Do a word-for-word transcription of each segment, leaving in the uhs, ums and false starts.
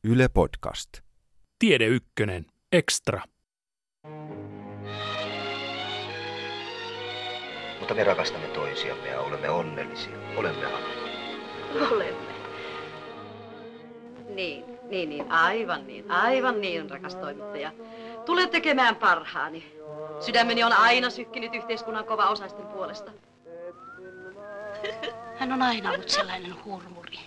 Yle Podcast. Tiede Ykkönen Extra. Mutta me rakastamme toisiamme ja olemme onnellisia. Olemmehan. Olemme. Niin, niin, niin, aivan niin, aivan niin, rakas toimittaja. Tulen tekemään parhaani. Sydämeni on aina sykkinyt yhteiskunnan kovaosaisten puolesta. Hän on aina ollut sellainen hurmuri.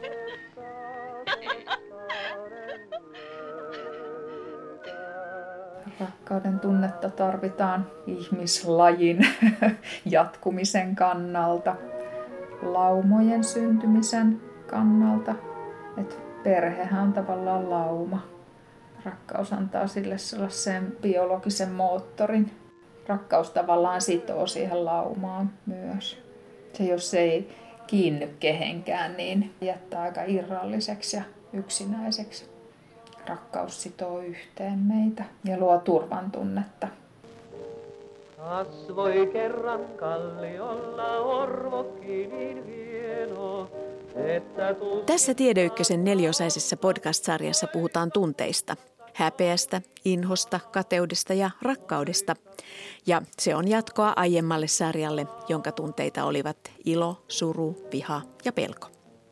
Rakkauden tunnetta tarvitaan ihmislajin jatkumisen kannalta, laumojen syntymisen kannalta. Et perhehän on tavallaan lauma. Rakkaus antaa sille sellaisen biologisen moottorin. Rakkaus tavallaan sitoo siihen laumaan myös. Se jos ei kiinny kehenkään, niin jättää aika irralliseksi ja yksinäiseksi. Rakkaus sitoo yhteen meitä ja luo turvan tunnetta. Kasvoi kerran kalliolla orvokki niin hieno, että tus... Tässä Tiede Ykkösen neliosaisessa podcast-sarjassa puhutaan tunteista. Häpeästä, inhosta, kateudesta ja rakkaudesta. Ja se on jatkoa aiemmalle sarjalle, jonka tunteita olivat ilo, suru, viha ja pelko.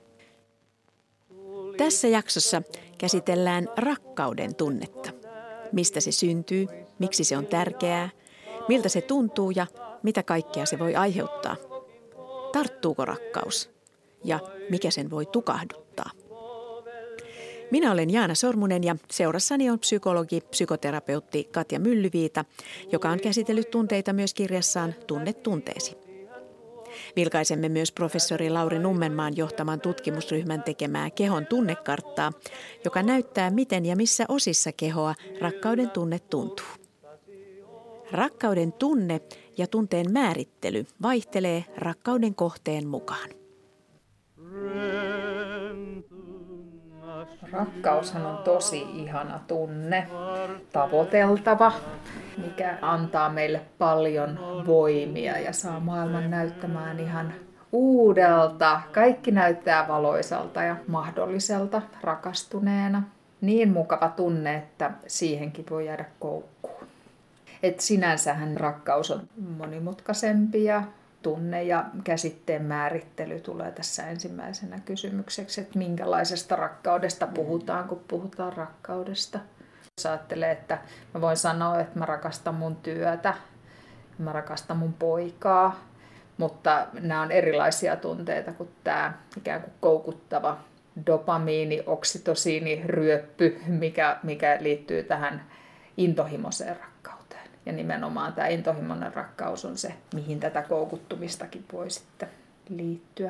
Tässä jaksossa käsitellään rakkauden tunnetta. Mistä se syntyy, miksi se on tärkeää, miltä se tuntuu ja mitä kaikkea se voi aiheuttaa. Tarttuuko rakkaus ja mikä sen voi tukahduttaa? Minä olen Jaana Sormunen ja seurassani on psykologi, psykoterapeutti Katja Myllyviita, joka on käsitellyt tunteita myös kirjassaan Tunne tunteesi. Vilkaisemme myös professori Lauri Nummenmaan johtaman tutkimusryhmän tekemää kehon tunnekarttaa, joka näyttää, miten ja missä osissa kehoa rakkauden tunne tuntuu. Rakkauden tunne ja tunteen määrittely vaihtelee rakkauden kohteen mukaan. Rakkaushan on tosi ihana tunne, tavoiteltava, mikä antaa meille paljon voimia ja saa maailman näyttämään ihan uudelta. Kaikki näyttää valoisalta ja mahdolliselta rakastuneena. Niin mukava tunne, että siihenkin voi jäädä koukkuun. Et sinänsähän rakkaus on monimutkaisempi ja tunne ja käsitteen määrittely tulee tässä ensimmäisenä kysymykseksi, että minkälaisesta rakkaudesta puhutaan, kun puhutaan rakkaudesta. Jos ajattelee, että mä voin sanoa, että mä rakastan mun työtä, mä rakastan mun poikaa, mutta nämä on erilaisia tunteita kuin tämä ikään kuin koukuttava dopamiini, oksitosiini, ryöppy, mikä, mikä liittyy tähän intohimoiseen rakkauteen. Ja nimenomaan tämä intohimoinen rakkaus on se, mihin tätä koukuttumistakin voi sitten liittyä.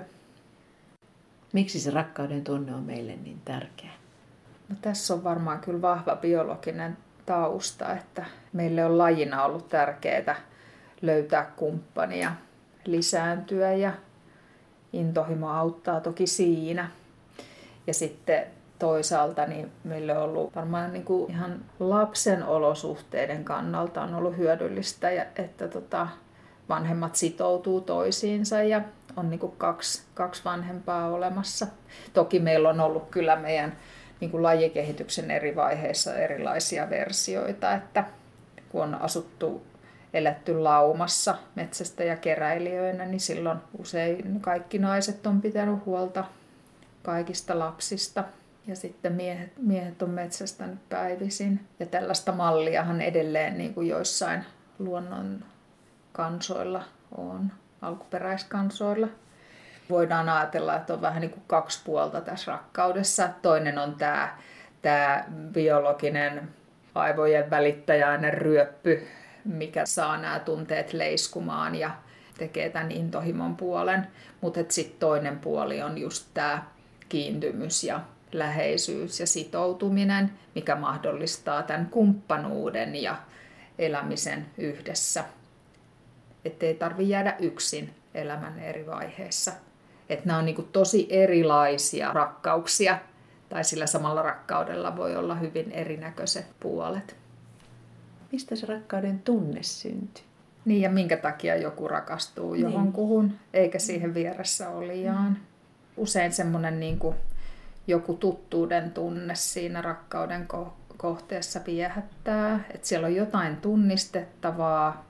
Miksi se rakkauden tunne on meille niin tärkeä? No, tässä on varmaan kyllä vahva biologinen tausta, että meille on lajina ollut tärkeää löytää kumppania, lisääntyä ja intohimo auttaa toki siinä. Ja sitten toisaalta niin meille on ollut varmaan niin kuin ihan lapsen olosuhteiden kannalta on ollut hyödyllistä, että tota, vanhemmat sitoutuu toisiinsa ja on niin kuin kaksi, kaksi vanhempaa olemassa. Toki meillä on ollut kyllä meidän niin kuin lajikehityksen eri vaiheissa erilaisia versioita, että kun on asuttu, eletty laumassa metsästäjäkeräilijöinä, niin silloin usein kaikki naiset on pitänyt huolta kaikista lapsista. Ja sitten miehet, miehet on metsästänyt päivisin. Ja tällaista malliahan edelleen niin kuin joissain luonnon kansoilla on, alkuperäiskansoilla. Voidaan ajatella, että on vähän niin kuin kaksi puolta tässä rakkaudessa. Toinen on tämä, tämä biologinen aivojen välittäjäinen ryöppy, mikä saa nämä tunteet leiskumaan ja tekee tämän intohimon puolen. Mutta sitten toinen puoli on just tämä kiintymys ja läheisyys ja sitoutuminen, mikä mahdollistaa tämän kumppanuuden ja elämisen yhdessä. Että ei tarvitse jäädä yksin elämän eri vaiheissa. Että nämä on niin kuin tosi erilaisia rakkauksia, tai sillä samalla rakkaudella voi olla hyvin erinäköiset puolet. Mistä se rakkauden tunne syntyy? Niin, ja minkä takia joku rakastuu johonkuhun, eikä siihen vieressä olijaan. Usein semmoinen niin kuin joku tuttuuden tunne siinä rakkauden kohteessa viehättää, että siellä on jotain tunnistettavaa.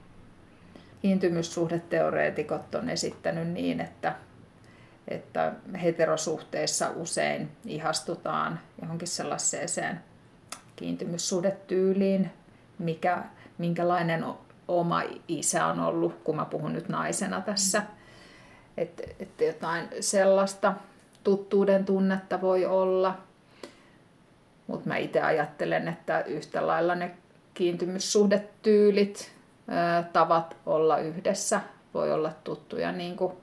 Kiintymyssuhdeteoreetikot on esittänyt niin, että, että heterosuhteissa usein ihastutaan johonkin sellaiseen kiintymyssuhdetyyliin, mikä, minkälainen oma isä on ollut, kun mä puhun nyt naisena tässä. Että et jotain sellaista tuttuuden tunnetta voi olla. Mutta mä itse ajattelen, että yhtä lailla ne kiintymyssuhdetyylit, ää, tavat olla yhdessä voi olla tuttuja niin kuin,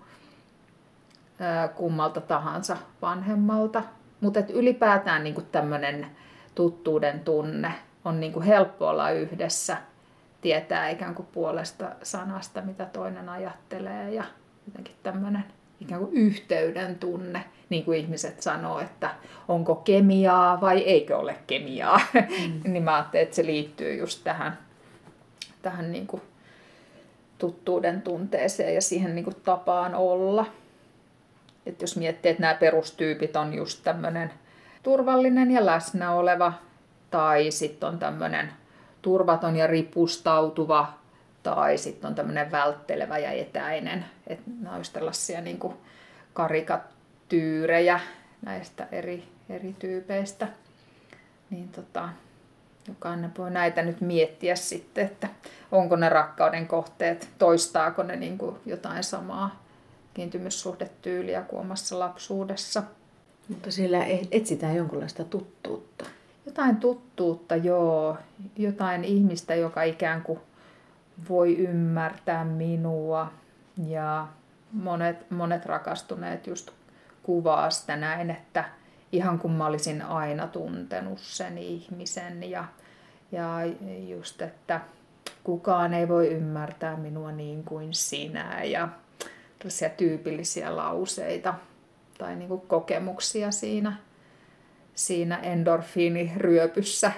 ää, kummalta tahansa vanhemmalta. Mutta ylipäätään niin kuin tämmöinen tuttuuden tunne on niin kuin helppo olla yhdessä, tietää ikään kuin puolesta sanasta, mitä toinen ajattelee ja jotenkin tämmöinen ikään kuin yhteyden tunne, niin kuin ihmiset sanoo, että onko kemiaa vai eikö ole kemiaa. Mm. Niin mä ajattelin, että se liittyy just tähän, tähän niin kuin tuttuuden tunteeseen ja siihen niin kuin tapaan olla. Että jos miettii, että nämä perustyypit on just tämmöinen turvallinen ja läsnä oleva, tai sitten on tämmöinen turvaton ja ripustautuva, tai sitten on tämmöinen välttelevä ja etäinen. Että nämä olisi tällaisia niin kuin karikatyyrejä näistä eri, eri tyypeistä. Niin tota, jokainen voi näitä nyt miettiä sitten, että onko ne rakkauden kohteet, toistaako ne niin kuin jotain samaa kiintymyssuhdetyyliä kuin omassa lapsuudessa. Mutta siellä etsitään jonkinlaista tuttuutta. Jotain tuttuutta, joo. Jotain ihmistä, joka ikään kuin voi ymmärtää minua. Ja monet, monet rakastuneet just kuvaa sitä näin, että ihan kun mä olisin aina tuntenut sen ihmisen. Ja, ja just, että kukaan ei voi ymmärtää minua niin kuin sinä. Ja tällaisia tyypillisiä lauseita tai niin kuin kokemuksia siinä, siinä endorfiiniryöpyssä.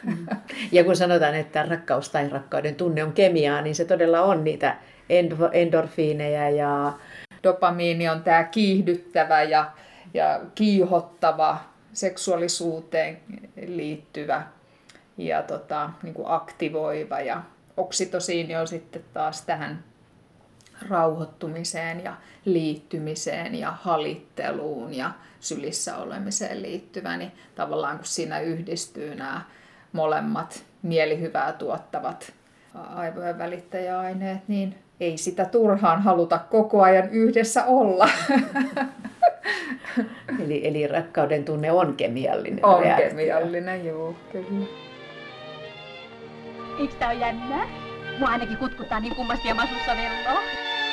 Ja kun sanotaan, että rakkaus tai rakkauden tunne on kemiaa, niin se todella on niitä endorfiineja. Ja dopamiini on tämä kiihdyttävä ja, ja kiihottava, seksuaalisuuteen liittyvä ja tota, niin kuin aktivoiva. Ja oksitosiini on sitten taas tähän rauhoittumiseen ja liittymiseen ja halitteluun ja sylissä olemiseen liittyvä, niin tavallaan kun siinä yhdistyy nämä molemmat mielihyvää tuottavat aivojen välittäjäaineet, niin ei sitä turhaan haluta koko ajan yhdessä olla. Eli, eli rakkauden tunne on kemiallinen On reaktio. kemiallinen, joo, kyllä. Eikö tää ole jännää? Mua ainakin kutkuttaa niin kummasti ja masussa velloa.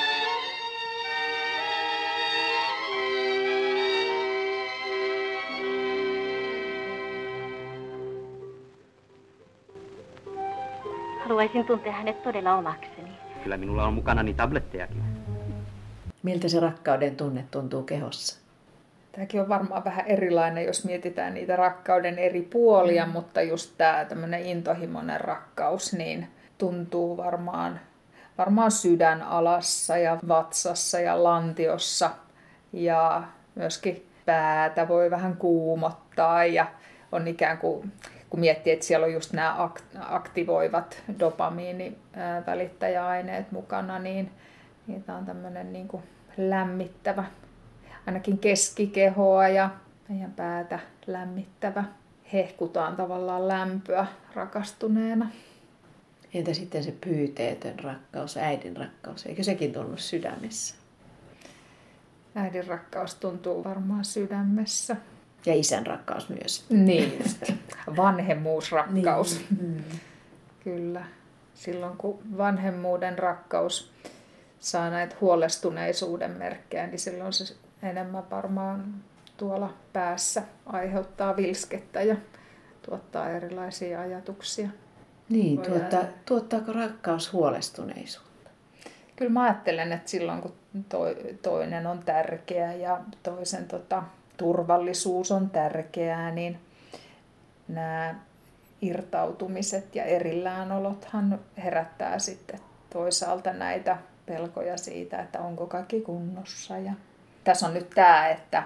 Haluaisin tuntea hänet todella omakseni. Kyllä minulla on mukanani tablettejakin. Miltä se rakkauden tunne tuntuu kehossa? Tämäkin on varmaan vähän erilainen, jos mietitään niitä rakkauden eri puolia, mm. mutta just tämä tämmöinen intohimoinen rakkaus niin tuntuu varmaan, varmaan sydän alassa ja vatsassa ja lantiossa ja myöskin päätä voi vähän kuumottaa ja on ikään kuin, kun miettii, että siellä on just nämä aktivoivat dopamiinivälittäjäaineet mukana, niin, niin tämä on tämmöinen niin kuin lämmittävä, ainakin keskikehoa ja meidän päätä lämmittävä. Hehkutaan tavallaan lämpöä rakastuneena. Entä sitten se pyyteetön rakkaus, äidin rakkaus, eikö sekin tunnu sydämessä? Äidin rakkaus tuntuu varmaan sydämessä. Ja isän rakkaus myös. Niin, vanhemmuusrakkaus. Niin. Mm. Kyllä. Silloin kun vanhemmuuden rakkaus saa näitä huolestuneisuuden merkkejä, niin silloin se enemmän varmaan tuolla päässä aiheuttaa vilskettä ja tuottaa erilaisia ajatuksia. Niin, tuottaa, tuottaako rakkaus huolestuneisuutta? Kyllä mä ajattelen, että silloin kun toinen on tärkeä ja toisen tota, turvallisuus on tärkeää, niin nämä irtautumiset ja erilläänolothan herättää sitten toisaalta näitä pelkoja siitä, että onko kaikki kunnossa. Ja tässä on nyt tämä, että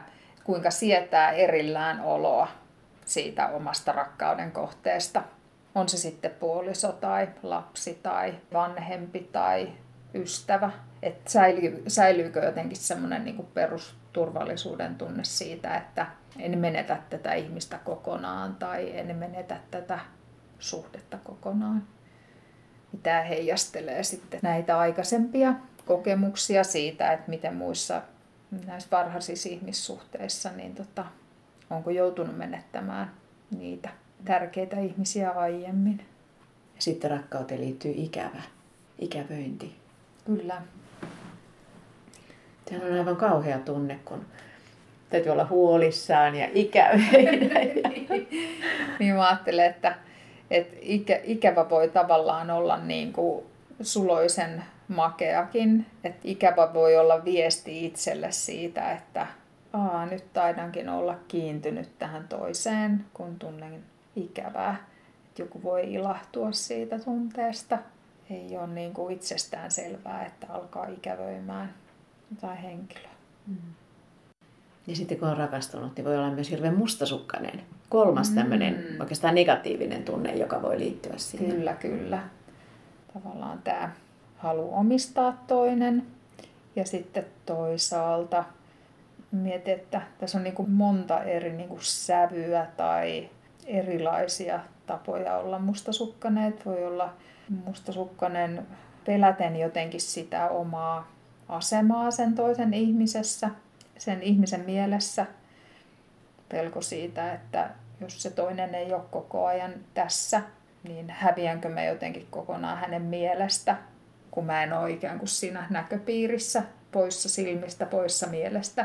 kuinka sietää erillään oloa siitä omasta rakkauden kohteesta. On se sitten puoliso tai lapsi tai vanhempi tai ystävä. Että säilyy, säilyykö jotenkin semmoinen niin kuin perusturvallisuuden tunne siitä, että en menetä tätä ihmistä kokonaan tai en menetä tätä suhdetta kokonaan. Tämä heijastelee sitten näitä aikaisempia kokemuksia siitä, että miten muissa näissä varhaisissa ihmissuhteissa, niin tota, onko joutunut menettämään niitä tärkeitä ihmisiä aiemmin. Ja sitten rakkauteen liittyy ikävä, ikävöinti. Kyllä. Sehän on aivan kauhea tunne, kun täytyy olla huolissaan ja ikävöinä. Niin mä ajattelen, että, että ikä, ikävä voi tavallaan olla niin kuin suloisen makeakin. Että ikävä voi olla viesti itselle siitä, että Aa, nyt taidankin olla kiintynyt tähän toiseen, kun tunnen ikävää. Että joku voi ilahtua siitä tunteesta. Ei ole niin kuin itsestään selvää, että alkaa ikävöimään jotain henkilöä. Mm. Ja sitten kun on rakastunut, niin voi olla myös hirveän mustasukkainen. Kolmas tämmöinen mm. oikeastaan negatiivinen tunne, joka voi liittyä siihen. Kyllä, kyllä. Tavallaan tämä halu omistaa toinen. Ja sitten toisaalta mietin, että tässä on niin kuin monta eri niin kuin sävyä tai erilaisia tapoja olla mustasukkainen. Voi olla mustasukkainen peläten jotenkin sitä omaa asemaa sen toisen ihmisessä, sen ihmisen mielessä. Pelko siitä, että jos se toinen ei ole koko ajan tässä, niin häviänkö mä jotenkin kokonaan hänen mielestä, kun mä en ole ikään kuin siinä näköpiirissä, poissa silmistä, poissa mielestä.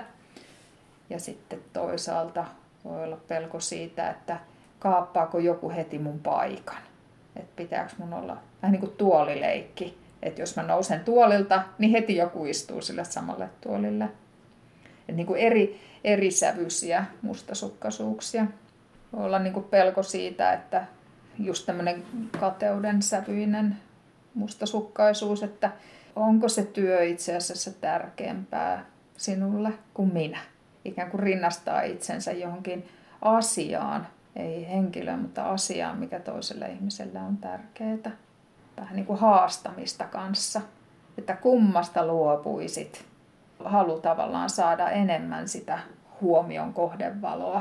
Ja sitten toisaalta voi olla pelko siitä, että kaappaako joku heti mun paikan. Että pitääkö mun olla vähän niin kuin tuolileikki. Että jos mä nousen tuolilta, niin heti joku istuu sille samalle tuolille. Että niin kuin eri, eri sävyisiä mustasukkaisuuksia. Voi olla niin kuin pelko siitä, että just tämmöinen kateuden sävyinen mustasukkaisuus, että onko se työ itse asiassa tärkeämpää sinulle kuin minä. Ikään kuin rinnastaa itsensä johonkin asiaan, ei henkilöön, mutta asiaan, mikä toiselle ihmiselle on tärkeää. Vähän niin kuin haastamista kanssa, että kummasta luopuisit. Halu tavallaan saada enemmän sitä huomion kohdevaloa.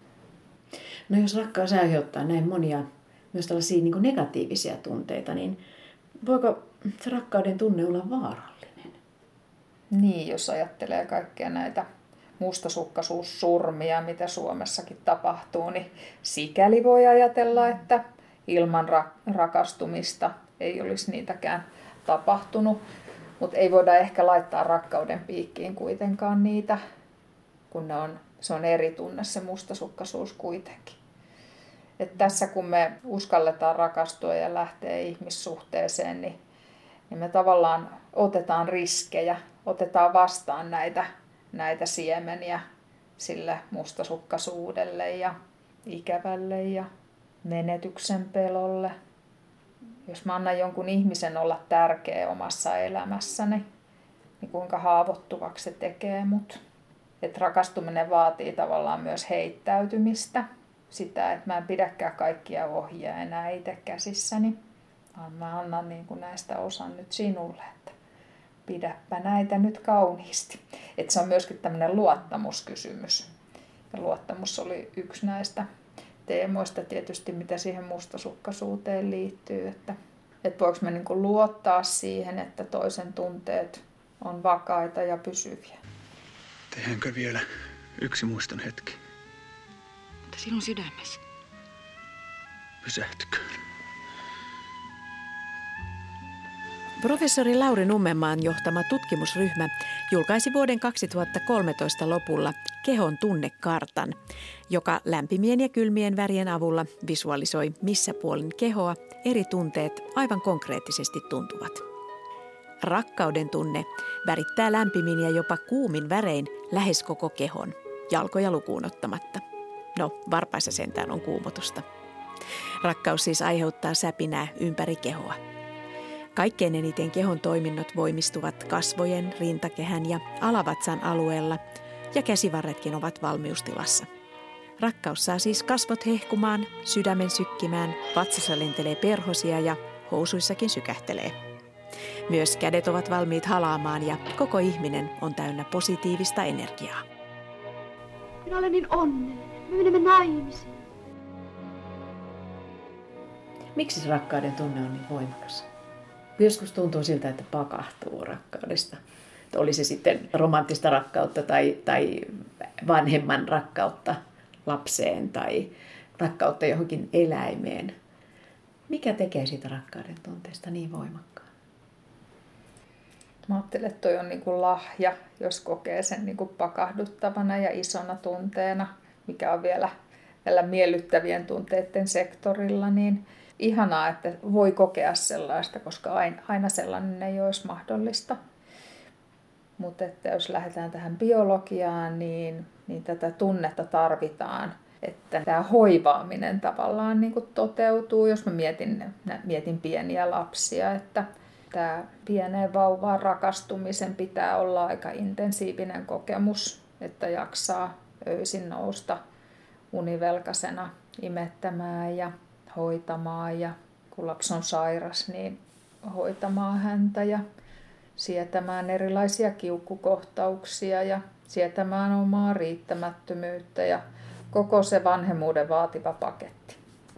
No jos rakkaus aiheuttaa näin monia myös tällaisia niin kuin negatiivisia tunteita, niin voiko se rakkauden tunne olla vaarallinen? Niin, jos ajattelee kaikkia näitä mustasukkaisuussurmia, mitä Suomessakin tapahtuu, niin sikäli voi ajatella, että ilman ra- rakastumista ei olisi niitäkään tapahtunut. Mutta ei voida ehkä laittaa rakkauden piikkiin kuitenkaan niitä, kun ne on, se on eri tunne se mustasukkaisuus kuitenkin. Et tässä kun me uskalletaan rakastua ja lähteä ihmissuhteeseen, niin, niin me tavallaan otetaan riskejä, otetaan vastaan näitä, näitä siemeniä sille mustasukkaisuudelle ja ikävälle ja menetyksen pelolle. Jos mä annan jonkun ihmisen olla tärkeä omassa elämässäni, niin kuinka haavoittuvaksi se tekee mut. Et rakastuminen vaatii tavallaan myös heittäytymistä. Sitä, että mä en pidäkään kaikkia ohjia enää itse käsissäni, vaan mä annan niin kuin näistä osan nyt sinulle, että pidäpä näitä nyt kauniisti. Et se on myöskin tämmöinen luottamuskysymys. Ja luottamus oli yksi näistä teemoista tietysti, mitä siihen mustasukkaisuuteen liittyy. Että, että voiko mä niin kuin luottaa siihen, että toisen tunteet on vakaita ja pysyviä. Tehdäänkö vielä yksi muiston hetki? Mutta sinun sydämesi. Pysähtyköön. Professori Lauri Nummenmaan johtama tutkimusryhmä julkaisi vuoden kaksituhattakolmetoista lopulla kehon tunnekartan, joka lämpimien ja kylmien värien avulla visualisoi, missä puolin kehoa eri tunteet aivan konkreettisesti tuntuvat. Rakkauden tunne värittää lämpimin ja jopa kuumin värein lähes koko kehon, jalkoja lukuun ottamatta. No, varpaissa sentään on kuumotusta. Rakkaus siis aiheuttaa säpinää ympäri kehoa. Kaikkein eniten kehon toiminnot voimistuvat kasvojen, rintakehän ja alavatsan alueella, ja käsivarretkin ovat valmiustilassa. Rakkaus saa siis kasvot hehkumaan, sydämen sykkimään, vatsassa lentelee perhosia ja housuissakin sykähtelee. Myös kädet ovat valmiit halaamaan ja koko ihminen on täynnä positiivista energiaa. Minä olen niin onnellinen. Me menemme naimisiin. Miksi se rakkauden tunne on niin voimakas? Joskus tuntuu siltä, että pakahtuu rakkaudesta. Oli se sitten romanttista rakkautta tai, tai vanhemman rakkautta lapseen tai rakkautta johonkin eläimeen. Mikä tekee siitä rakkauden tunteesta niin voimakkaan? Mä ajattelen, että toi on niin kuin lahja, jos kokee sen niin kuin pakahduttavana ja isona tunteena, mikä on vielä, vielä miellyttävien tunteiden sektorilla, niin ihanaa, että voi kokea sellaista, koska aina sellainen ei olisi mahdollista. Mutta että jos lähdetään tähän biologiaan, niin, niin tätä tunnetta tarvitaan, että tämä hoivaaminen tavallaan niin kuin toteutuu. Jos mä mietin, mietin pieniä lapsia, että tämä pieneen vauvaan rakastumisen pitää olla aika intensiivinen kokemus, että jaksaa öisin nousta univelkaisena imettämään ja hoitamaan ja kun lapsi on sairas, niin hoitamaan häntä ja sietämään erilaisia kiukkukohtauksia ja sietämään omaa riittämättömyyttä ja koko se vanhemmuuden vaativa paketti.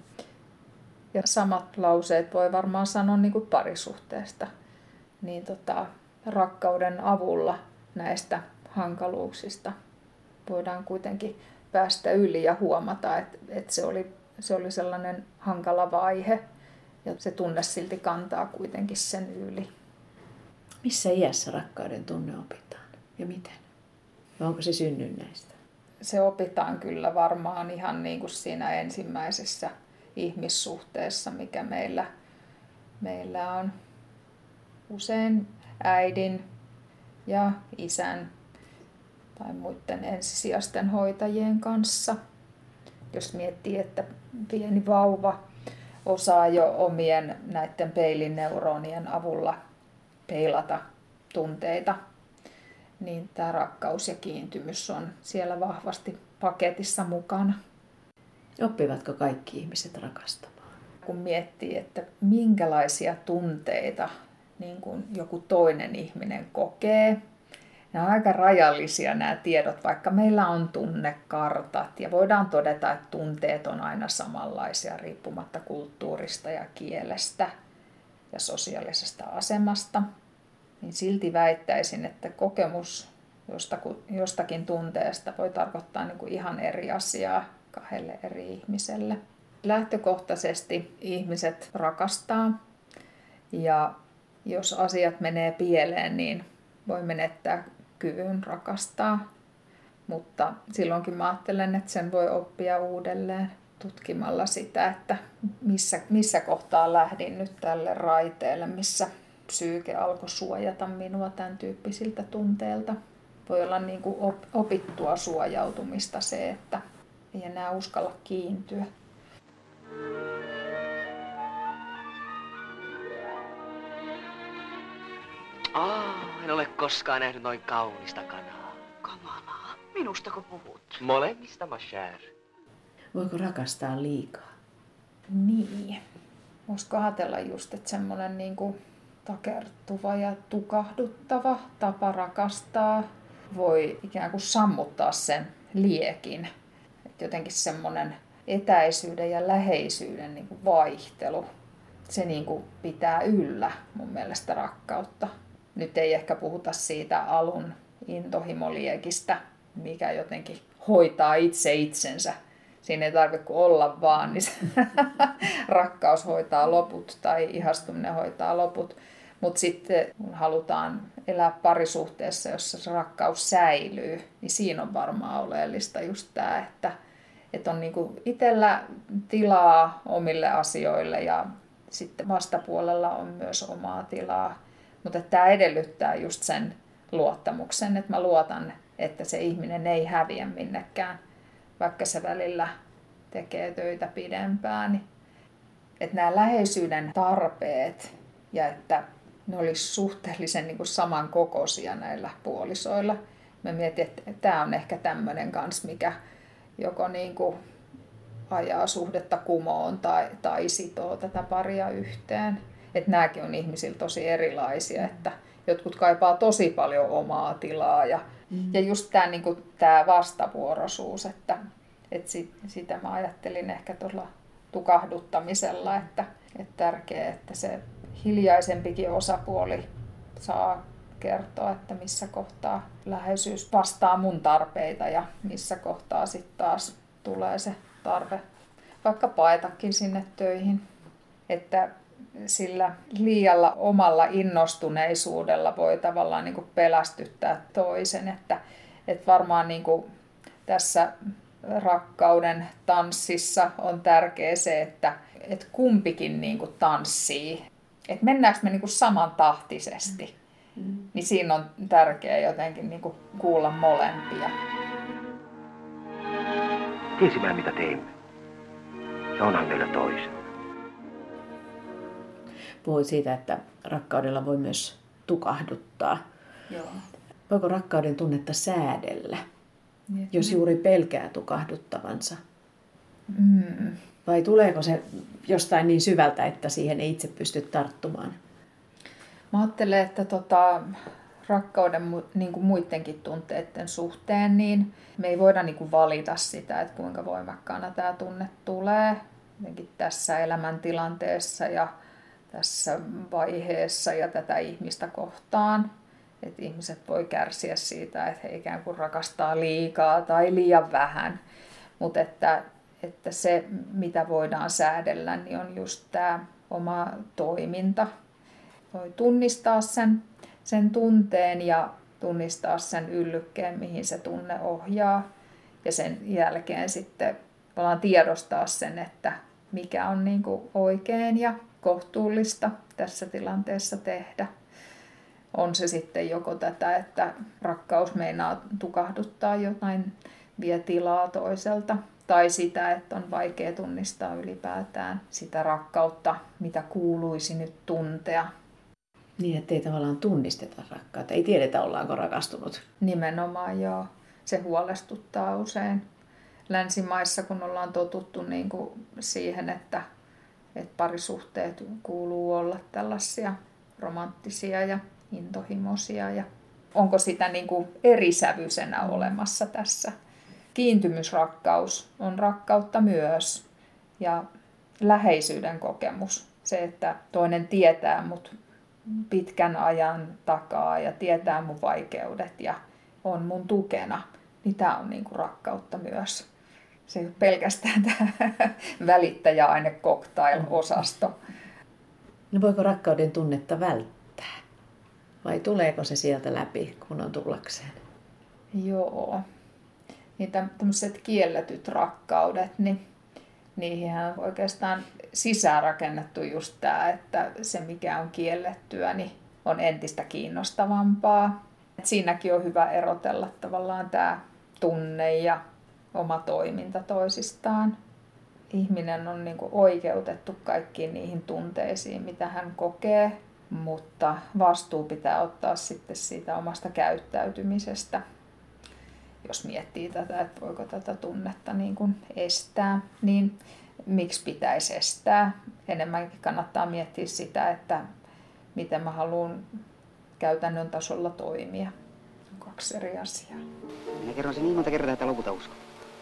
Ja samat lauseet voi varmaan sanoa niin kuin parisuhteesta. Niin tota, rakkauden avulla näistä hankaluuksista voidaan kuitenkin päästä yli ja huomata, että, että se, oli, se oli sellainen hankala vaihe ja se tunne silti kantaa kuitenkin sen yli. Missä iässä rakkauden tunne opitaan ja miten? Vai onko se synnynnäistä? Se opitaan kyllä varmaan ihan niin kuin siinä ensimmäisessä ihmissuhteessa, mikä meillä, meillä on usein äidin ja isän tai muiden ensisijaisten hoitajien kanssa. Jos miettii, että pieni vauva osaa jo omien näiden peilineuronien avulla peilata tunteita, niin tämä rakkaus ja kiintymys on siellä vahvasti paketissa mukana. Oppivatko kaikki ihmiset rakastamaan? Kun miettii, että minkälaisia tunteita niin kuin joku toinen ihminen kokee, nämä on aika rajallisia nämä tiedot, vaikka meillä on tunnekartat ja voidaan todeta, että tunteet on aina samanlaisia riippumatta kulttuurista ja kielestä ja sosiaalisesta asemasta, niin silti väittäisin, että kokemus jostakin tunteesta voi tarkoittaa niin kuin ihan eri asiaa kahdelle eri ihmiselle. Lähtökohtaisesti ihmiset rakastaa ja jos asiat menee pieleen, niin voi menettää kyvyn rakastaa. Mutta silloinkin mä ajattelen, että sen voi oppia uudelleen tutkimalla sitä, että missä, missä kohtaa lähdin nyt tälle raiteelle, missä psyyke alkoi suojata minua tämän tyyppisiltä tunteilta. Voi olla niin kuin opittua suojautumista se, että ei enää uskalla kiintyä. Ah, en ole koskaan nähnyt noin kaunista kanaa. Kamalaa. Minustako puhut? Molemmista, ma chère. Voiko rakastaa liikaa? Niin. Voisiko ajatella just, että semmoinen niin kuin takertuva ja tukahduttava tapa rakastaa voi ikään kuin sammuttaa sen liekin. Et jotenkin semmoinen etäisyyden ja läheisyyden niin kuin vaihtelu, se niin kuin pitää yllä mun mielestä rakkautta. Nyt ei ehkä puhuta siitä alun intohimoliekistä, mikä jotenkin hoitaa itse itsensä. Siinä ei tarvitse kuin olla vaan, niin se rakkaus hoitaa loput tai ihastuminen hoitaa loput. Mutta sitten kun halutaan elää parisuhteessa, jossa se rakkaus säilyy, niin siinä on varmaan oleellista just tämä, että, että on niinku itsellä tilaa omille asioille ja sitten vastapuolella on myös omaa tilaa. Mutta tämä edellyttää just sen luottamuksen, että mä luotan, että se ihminen ei häviä minnekään, vaikka se välillä tekee töitä pidempään. Että nämä läheisyyden tarpeet ja että ne olisi suhteellisen niin kuin samankokoisia näillä puolisoilla, Mä mietin, että tämä on ehkä tämmöinen kanssa, mikä joko niin kuin ajaa suhdetta kumoon tai, tai sitoo tätä paria yhteen. Että nämäkin on ihmisillä tosi erilaisia, että jotkut kaipaa tosi paljon omaa tilaa ja, mm. ja just tämä niin kuin, tämä vastavuoroisuus, että, että sit, sitä mä ajattelin ehkä tuolla tukahduttamisella, että, että tärkeää, että se hiljaisempikin osapuoli saa kertoa, että missä kohtaa läheisyys vastaa mun tarpeita ja missä kohtaa sitten taas tulee se tarve vaikka paetakin sinne töihin. Että sillä liialla omalla innostuneisuudella voi tavallaan niin kuin pelästyttää toisen. Että, että varmaan niin kuin tässä rakkauden tanssissa on tärkeää se, että, että kumpikin niin kuin tanssii. Että mennäänkö me niin kuin samantahtisesti. Mm. Niin siinä on tärkeää jotenkin niin kuin kuulla molempia. Tiesimme, mitä teimme. Ja onhan meillä toisen. Puhuit siitä, että rakkaudella voi myös tukahduttaa. Joo. Voiko rakkauden tunnetta säädellä, niin, jos juuri pelkää tukahduttavansa? Mm. Vai tuleeko se jostain niin syvältä, että siihen ei itse pysty tarttumaan? Mä ajattelen, että tota, rakkauden niin kuin muidenkin tunteiden suhteen, niin me ei voida niin kuin valita sitä, että kuinka voimakkaana tämä tunne tulee. Jotenkin tässä elämäntilanteessa ja tässä vaiheessa ja tätä ihmistä kohtaan. Että ihmiset voi kärsiä siitä, että he ikään kuin rakastaa liikaa tai liian vähän. Mutta että, että se, mitä voidaan säädellä, niin on just tämä oma toiminta. Voi tunnistaa sen, sen tunteen ja tunnistaa sen yllykkeen, mihin se tunne ohjaa. Ja sen jälkeen sitten voidaan tiedostaa sen, että mikä on niin kuin oikein ja kohtuullista tässä tilanteessa tehdä. On se sitten joko tätä, että rakkaus meinaa tukahduttaa jotain, vie tilaa toiselta. Tai sitä, että on vaikea tunnistaa ylipäätään sitä rakkautta, mitä kuuluisi nyt tuntea. Niin, että ei tavallaan tunnisteta rakkautta. Ei tiedetä, ollaanko rakastunut. Nimenomaan, joo. Se huolestuttaa usein. Länsimaissa, kun ollaan totuttu niin kuin siihen, että, että parisuhteet kuuluu olla tällaisia romanttisia ja intohimoisia. Ja onko sitä niin kuin erisävyisenä olemassa tässä? Kiintymysrakkaus on rakkautta myös. Ja läheisyyden kokemus. Se, että toinen tietää mut pitkän ajan takaa ja tietää mun vaikeudet ja on mun tukena, niin tämä on niinku rakkautta myös. Se ei ole pelkästään tämä välittäjäaine-cocktail-osasto. No voiko rakkauden tunnetta välttää? Vai tuleeko se sieltä läpi, kun on tullakseen? Joo. Niitä tämmöiset kielletyt rakkaudet, niin niihinhän on oikeastaan sisäänrakennettu just tämä, että se mikä on kiellettyä, niin on entistä kiinnostavampaa. Et siinäkin on hyvä erotella tavallaan tämä tunne ja oma toiminta toisistaan. Ihminen on niinku oikeutettu kaikkiin niihin tunteisiin, mitä hän kokee, mutta vastuu pitää ottaa sitten siitä omasta käyttäytymisestä. Jos miettii tätä, että voiko tätä tunnetta niin kuin estää, niin miksi pitäisi estää? Enemmänkin kannattaa miettiä sitä, että miten mä haluan käytännön tasolla toimia. On kaksi eri asiaa. Minä kerron sen niin monta kertaa, että lopulta uskon.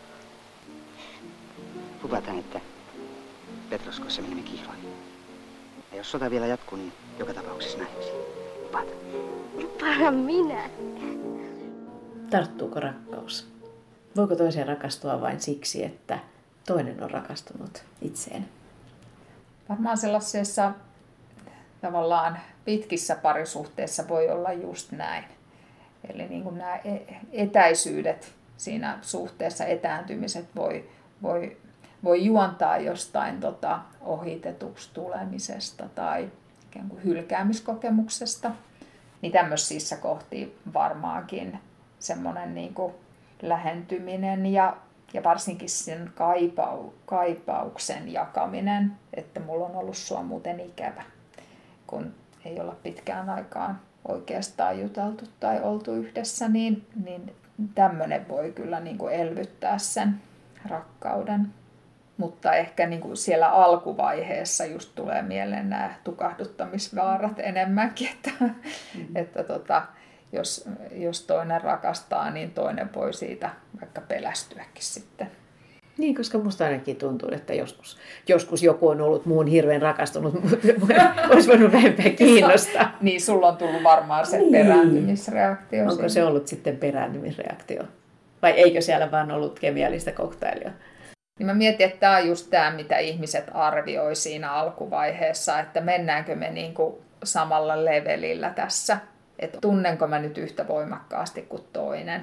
Lupataan, että Petroskossa menemme kihloihin. Ja jos sota vielä jatkuu, niin joka tapauksessa naimisiin. Lupataan. Lupaan minä. Tarttuuko rakkaus? Voiko toiseen rakastua vain siksi, että toinen on rakastunut itseen? Varmaan sellaisessa tavallaan pitkissä parisuhteissa voi olla just näin. Eli niin kuin nämä etäisyydet siinä suhteessa, etääntymiset voi, voi, voi juontaa jostain tota ohitetuksi tulemisesta tai ikään kuin hylkäämiskokemuksesta. Niin tämmöisissä kohti varmaankin semmoinen niin kuin lähentyminen ja, ja varsinkin sen kaipau, kaipauksen jakaminen, että mulla on ollut sua muuten ikävä, kun ei olla pitkään aikaan oikeastaan juteltu tai oltu yhdessä, niin, niin tämmöinen voi kyllä niin kuin elvyttää sen rakkauden. Mutta ehkä niin kuin siellä alkuvaiheessa just tulee mieleen nämä tukahduttamisvaarat enemmänkin, että, mm-hmm. että tota, jos, jos toinen rakastaa, niin toinen voi siitä vaikka pelästyäkin sitten. Niin, koska musta ainakin tuntuu, että joskus, joskus joku on ollut muun hirveän rakastunut, olisi voinut vähempää kiinnostaa. Niin, sulla on tullut varmaan se niin. perääntymisreaktio. Onko siinä? se ollut sitten perääntymisreaktio? Vai eikö siellä vaan ollut kemiallista koktailia? Niin mä mietin, että tämä on just tämä, mitä ihmiset arvioi siinä alkuvaiheessa, että mennäänkö me niin kuin samalla levelillä tässä, että tunnenko mä nyt yhtä voimakkaasti kuin toinen.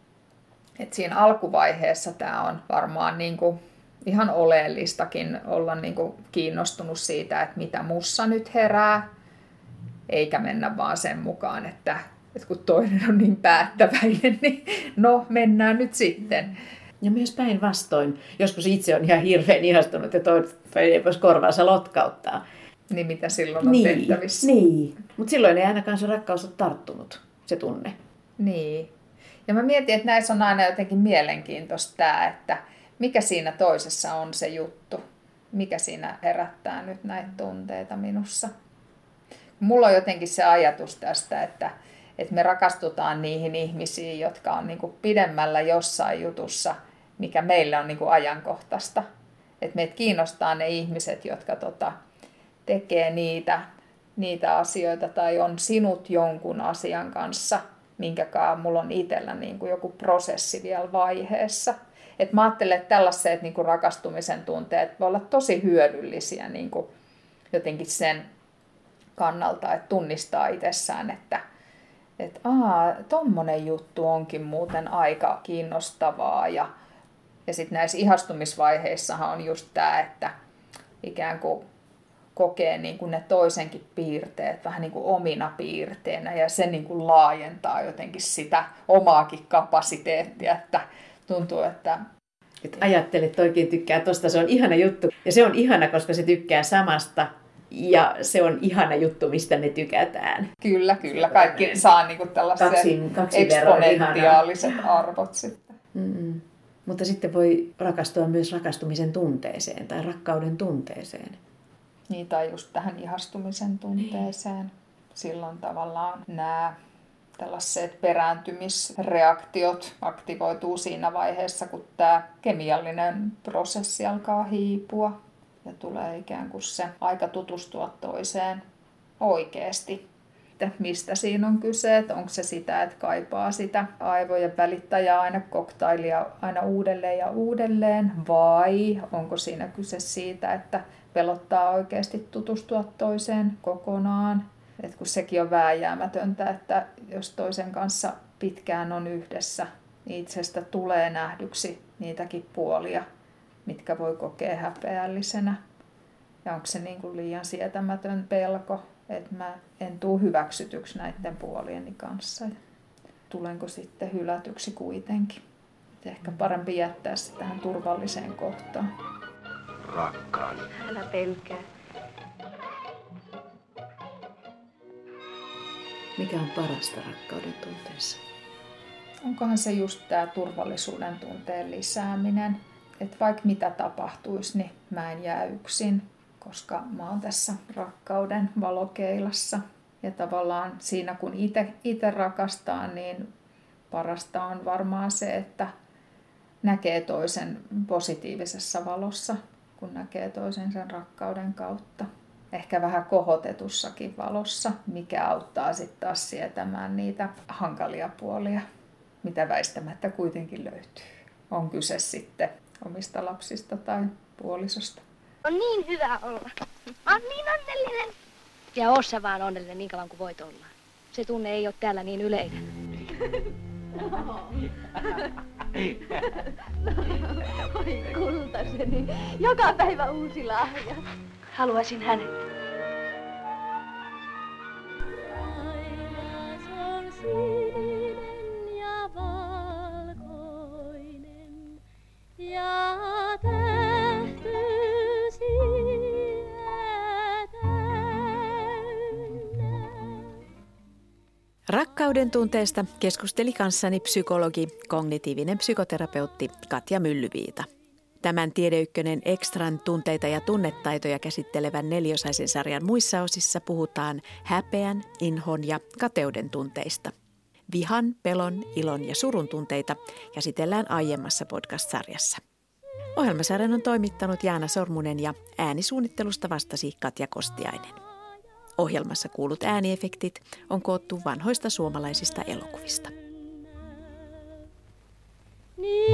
Et siinä alkuvaiheessa tämä on varmaan niin kuin ihan oleellistakin olla niin kuin kiinnostunut siitä, että mitä mussa nyt herää, eikä mennä vaan sen mukaan, että, että kun toinen on niin päättäväinen, niin no mennään nyt sitten. Ja myös päinvastoin. Joskus itse on ihan hirveän ihastunut ja toinen ei voisi korvaansa lotkauttaa. Niin mitä silloin on niin, tehtävissä. Niin, mutta silloin ei ainakaan se rakkaus ole tarttunut, se tunne. Niin. Ja mä mietin, että näissä on aina jotenkin mielenkiintoista tämä, että mikä siinä toisessa on se juttu. Mikä siinä herättää nyt näitä tunteita minussa. Mulla on jotenkin se ajatus tästä, että, että me rakastutaan niihin ihmisiin, jotka on niin kuin pidemmällä jossain jutussa, mikä meille on niin kuin ajankohtaista. Että meitä kiinnostaa ne ihmiset, jotka tota, tekee niitä, niitä asioita tai on sinut jonkun asian kanssa, minkäkaan mulla on itsellä niin kuin joku prosessi vielä vaiheessa. Et mä ajattelen, että tällaiset niin kuin rakastumisen tunteet voi olla tosi hyödyllisiä niin kuin jotenkin sen kannalta, että tunnistaa itsessään, että et, aa, tommonen juttu onkin muuten aika kiinnostavaa. Ja, ja sitten näissä ihastumisvaiheissahan on just tämä, että ikään kuin kokee niin kuin ne toisenkin piirteet vähän niin kuin omina piirteinä ja se niin kuin laajentaa jotenkin sitä omaakin kapasiteettia, että tuntuu, että Et ajattelet, että oikein tykkää tosta, se on ihana juttu. Ja se on ihana, koska se tykkää samasta ja se on ihana juttu, mistä me tykätään. Kyllä, kyllä. Kaikki saa niin kuin tällaiset kaksi, kaksi eksponentiaaliset arvot sitten. Mm-mm. Mutta sitten voi rakastua myös rakastumisen tunteeseen tai rakkauden tunteeseen. Niin, tai just tähän ihastumisen tunteeseen. Silloin tavallaan nämä tällaiset perääntymisreaktiot aktivoituu siinä vaiheessa, kun tämä kemiallinen prosessi alkaa hiipua. Ja tulee ikään kuin se aika tutustua toiseen oikeasti. Että mistä siinä on kyse, että onko se sitä, että kaipaa sitä aivojen välittäjää aina koktailia aina uudelleen ja uudelleen, vai onko siinä kyse siitä, että pelottaa oikeasti tutustua toiseen kokonaan. Et kun sekin on vääjäämätöntä, että jos toisen kanssa pitkään on yhdessä, niin itsestä tulee nähdyksi niitäkin puolia, mitkä voi kokea häpeällisenä. Ja onko se niin kuin liian sietämätön pelko, että mä en tule hyväksytyksi näiden puolieni kanssa. Tulenko sitten hylätyksi kuitenkin. Et ehkä parempi jättää se tähän turvalliseen kohtaan. Rakkaani. Älä pelkää. Mikä on parasta rakkauden tunteessa? Onkohan se just tämä turvallisuuden tunteen lisääminen. Että vaikka mitä tapahtuisi, niin mä en jää yksin, koska mä oon tässä rakkauden valokeilassa. Ja tavallaan siinä kun itse rakastaa, niin parasta on varmaan se, että näkee toisen positiivisessa valossa, kun näkee toisen sen rakkauden kautta. Ehkä vähän kohotetussakin valossa, mikä auttaa sitten taas sietämään niitä hankalia puolia, mitä väistämättä kuitenkin löytyy. On kyse sitten omista lapsista tai puolisosta. On niin hyvä olla. Mä oon niin onnellinen. Ja oo sä vaan onnellinen niin kauan kuin voit olla. Se tunne ei ole täällä niin yleinen. Oi kultaseni. Joka päivä uusi lahja. Haluaisin hänet. Taivas on sininen ja valkoinen ja tähtyisi täynnä. Rakkauden tunteesta keskusteli kanssani psykologi, kognitiivinen psykoterapeutti Katja Myllyviita. Tämän Tiede Ykkönen Extran tunteita ja tunnetaitoja käsittelevän neliosaisen sarjan muissa osissa puhutaan häpeän, inhon ja kateuden tunteista. Vihan, pelon, ilon ja surun tunteita käsitellään aiemmassa podcast-sarjassa. Ohjelmasarjan on toimittanut Jaana Sormunen ja äänisuunnittelusta vastasi Katja Kostiainen. Ohjelmassa kuulut ääniefektit on koottu vanhoista suomalaisista elokuvista. Niin.